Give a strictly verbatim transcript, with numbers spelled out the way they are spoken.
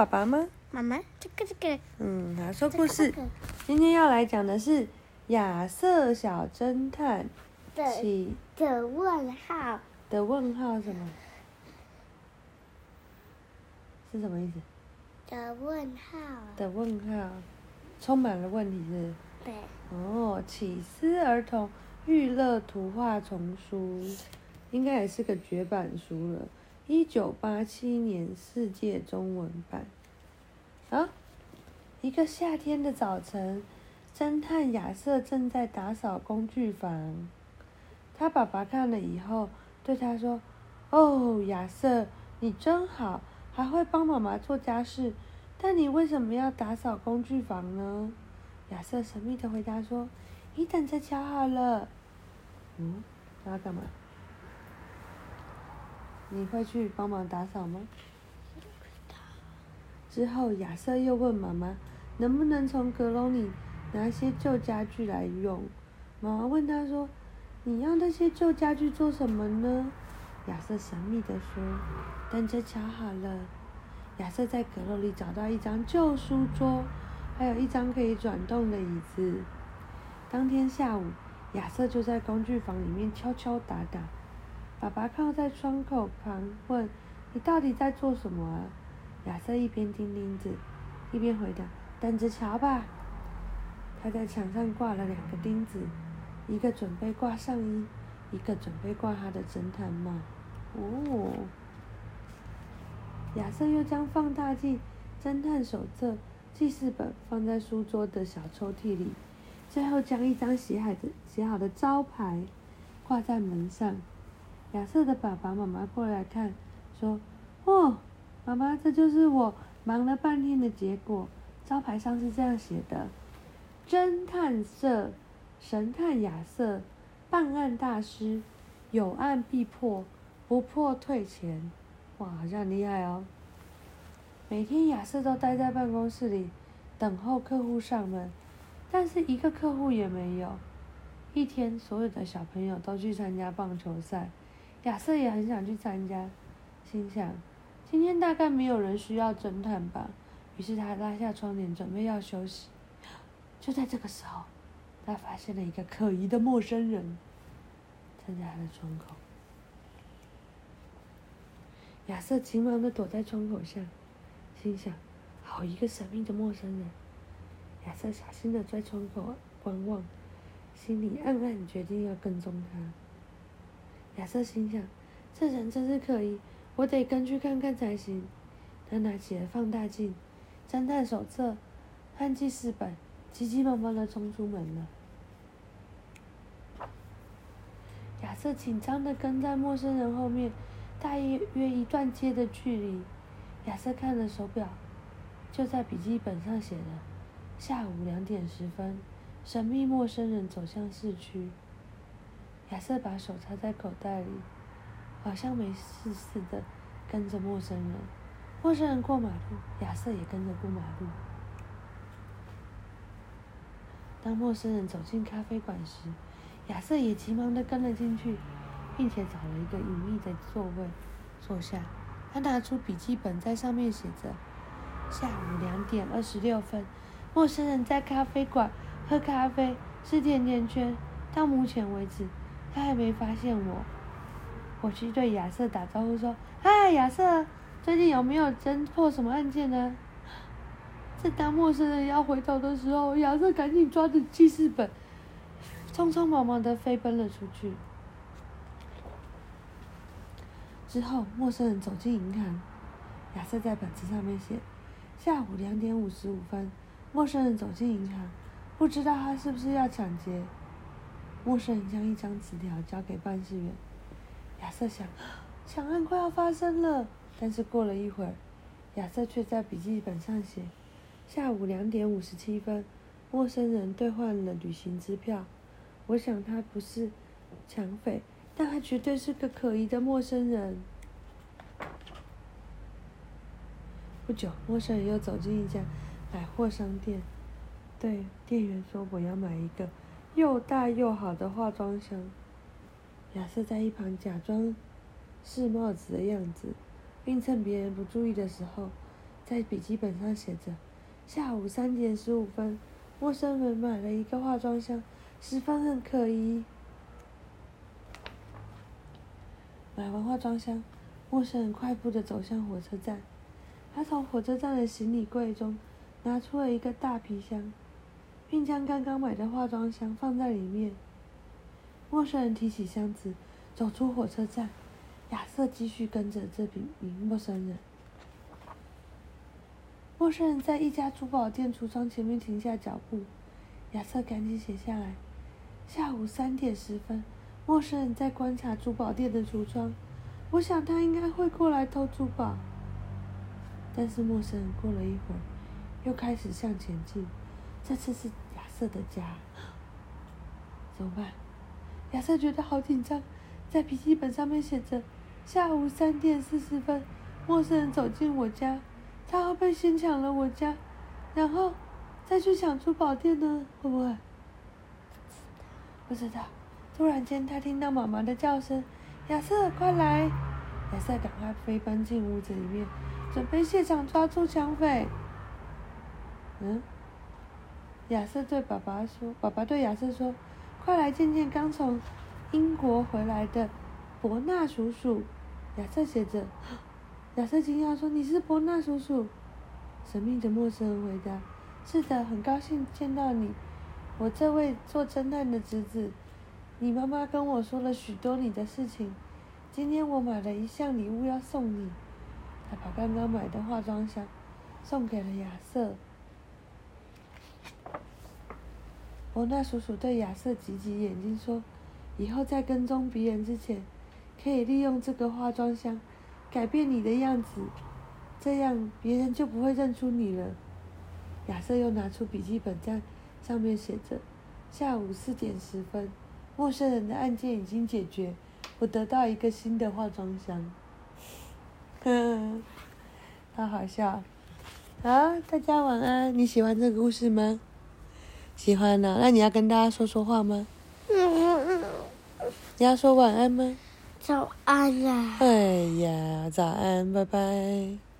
爸爸吗？ 妈妈，这个这个。 嗯，好，说故事。 这个今天要来讲的是亚瑟小侦探起的问号的问号什么？是什么意思？ 的问号的问号，充满了问题是不是？ 对。 哦，起司儿童娱乐图画丛书，应该也是个绝版书了。一九八七年世界中文版。啊，一个夏天的早晨，侦探亚瑟正在打扫工具房。他爸爸看了以后，对他说：“哦，亚瑟，你真好，还会帮妈妈做家事。但你为什么要打扫工具房呢？”亚瑟神秘地回答说：“你等着瞧好了。”嗯，他要干嘛？你会去帮忙打扫吗？之后，亚瑟又问妈妈，能不能从阁楼里拿些旧家具来用。妈妈问他说：“你要那些旧家具做什么呢？”亚瑟神秘地说：“等着瞧好了。”亚瑟在阁楼里找到一张旧书桌，还有一张可以转动的椅子。当天下午，亚瑟就在工具房里面敲敲打打。爸爸靠在窗口旁问：“你到底在做什么啊？”亚瑟一边钉钉子，一边回答：“等着瞧吧。”他在墙上挂了两个钉子，一个准备挂上衣，一个准备挂他的侦探帽。哦，亚瑟又将放大镜、侦探手册、记事本放在书桌的小抽屉里，最后将一张写好的写好的招牌挂在门上。亚瑟的爸爸妈妈过来看，说：“哦，妈妈，这就是我忙了半天的结果。招牌上是这样写的：侦探社，神探亚瑟，办案大师，有案必破，不破退钱。”哇，好像很厉害哦。每天亚瑟都待在办公室里，等候客户上门，但是一个客户也没有。一天，所有的小朋友都去参加棒球赛，亚瑟也很想去参加，心想今天大概没有人需要侦探吧。于是他拉下窗帘，准备要休息。就在这个时候，他发现了一个可疑的陌生人站在他的窗口。亚瑟急忙地躲在窗口下，心想：好一个神秘的陌生人。亚瑟小心地在窗口观望，心里暗暗决定要跟踪他。亚瑟心想：这人真是可疑，我得跟去看看才行。他拿起了放大镜、侦探手册和记事本，急急忙忙地冲出门了。亚瑟紧张地跟在陌生人后面，大约一段街的距离。亚瑟看了手表，就在笔记本上写了下午两点十分，神秘陌生人走向市区。亚瑟把手插在口袋里，好像没事似的跟着陌生人。陌生人过马路，亚瑟也跟着过马路。当陌生人走进咖啡馆时，亚瑟也急忙地跟了进去，并且找了一个隐秘的座位坐下。他拿出笔记本，在上面写着：下午两点二十六分，陌生人在咖啡馆喝咖啡，吃甜甜圈。到目前为止，他还没发现我。我去对亚瑟打招呼说：“嗨，亚瑟，最近有没有侦破什么案件呢？”正当陌生人要回头的时候，亚瑟赶紧抓着记事本，匆匆忙忙地飞奔了出去。之后，陌生人走进银行，亚瑟在本子上面写：下午两点五十五分，陌生人走进银行，不知道他是不是要抢劫。陌生人将一张纸条交给办事员。亚瑟想，抢案快要发生了。但是过了一会儿，亚瑟却在笔记本上写：下午两点五十七分，陌生人兑换了旅行支票。我想他不是抢匪，但他绝对是个可疑的陌生人。不久，陌生人又走进一家百货商店，对店员说：“我要买一个又大又好的化妆箱。”亚瑟在一旁假装试帽子的样子，并趁别人不注意的时候， 在笔记本上写着：下午三点十五分，陌生人买了一个化妆箱，十分很可疑。买完化妆箱，陌生人快步地走向火车站。他从火车站的行李柜中拿出了一个大皮箱，并将刚刚买的化妆箱放在里面。陌生人提起箱子，走出火车站。亚瑟继续跟着这名陌生人。陌生人在一家珠宝店橱窗前面停下脚步，亚瑟赶紧写下来。下午三点十分，陌生人在观察珠宝店的橱窗。我想他应该会过来偷珠宝。但是陌生人过了一会儿，又开始向前进。这次是亚瑟的家，怎么办？亚瑟觉得好紧张，在笔记本上面写着：下午三点四十分，陌生人走进我家，他会不会先抢了我家，然后再去抢珠宝店呢？会不会？不知道。突然间，他听到妈妈的叫声：“亚瑟，快来！”亚瑟赶快飞奔进屋子里面，准备现场抓住抢匪。嗯，亚瑟对爸爸说：“爸爸对亚瑟说，快来见见刚从英国回来的伯纳叔叔。”亚瑟写着。亚瑟惊讶说：“你是伯纳叔叔？”神秘的陌生人回答：“是的，很高兴见到你。我这位做侦探的侄子。你妈妈跟我说了许多你的事情。今天我买了一项礼物要送你。”他把刚刚买的化妆箱送给了亚瑟。伯纳叔叔对亚瑟挤挤眼睛说：“以后在跟踪别人之前，可以利用这个化妆箱改变你的样子，这样别人就不会认出你了。”亚瑟又拿出笔记本，在上面写着：“下午四点十分，陌生人的案件已经解决，我得到一个新的化妆箱。”呵呵，好好笑。好，大家晚安。你喜欢这个故事吗？喜欢呢、啊，那你要跟大家说说话吗？你要说晚安吗？ 早安啦！ 哎呀，早安，拜拜。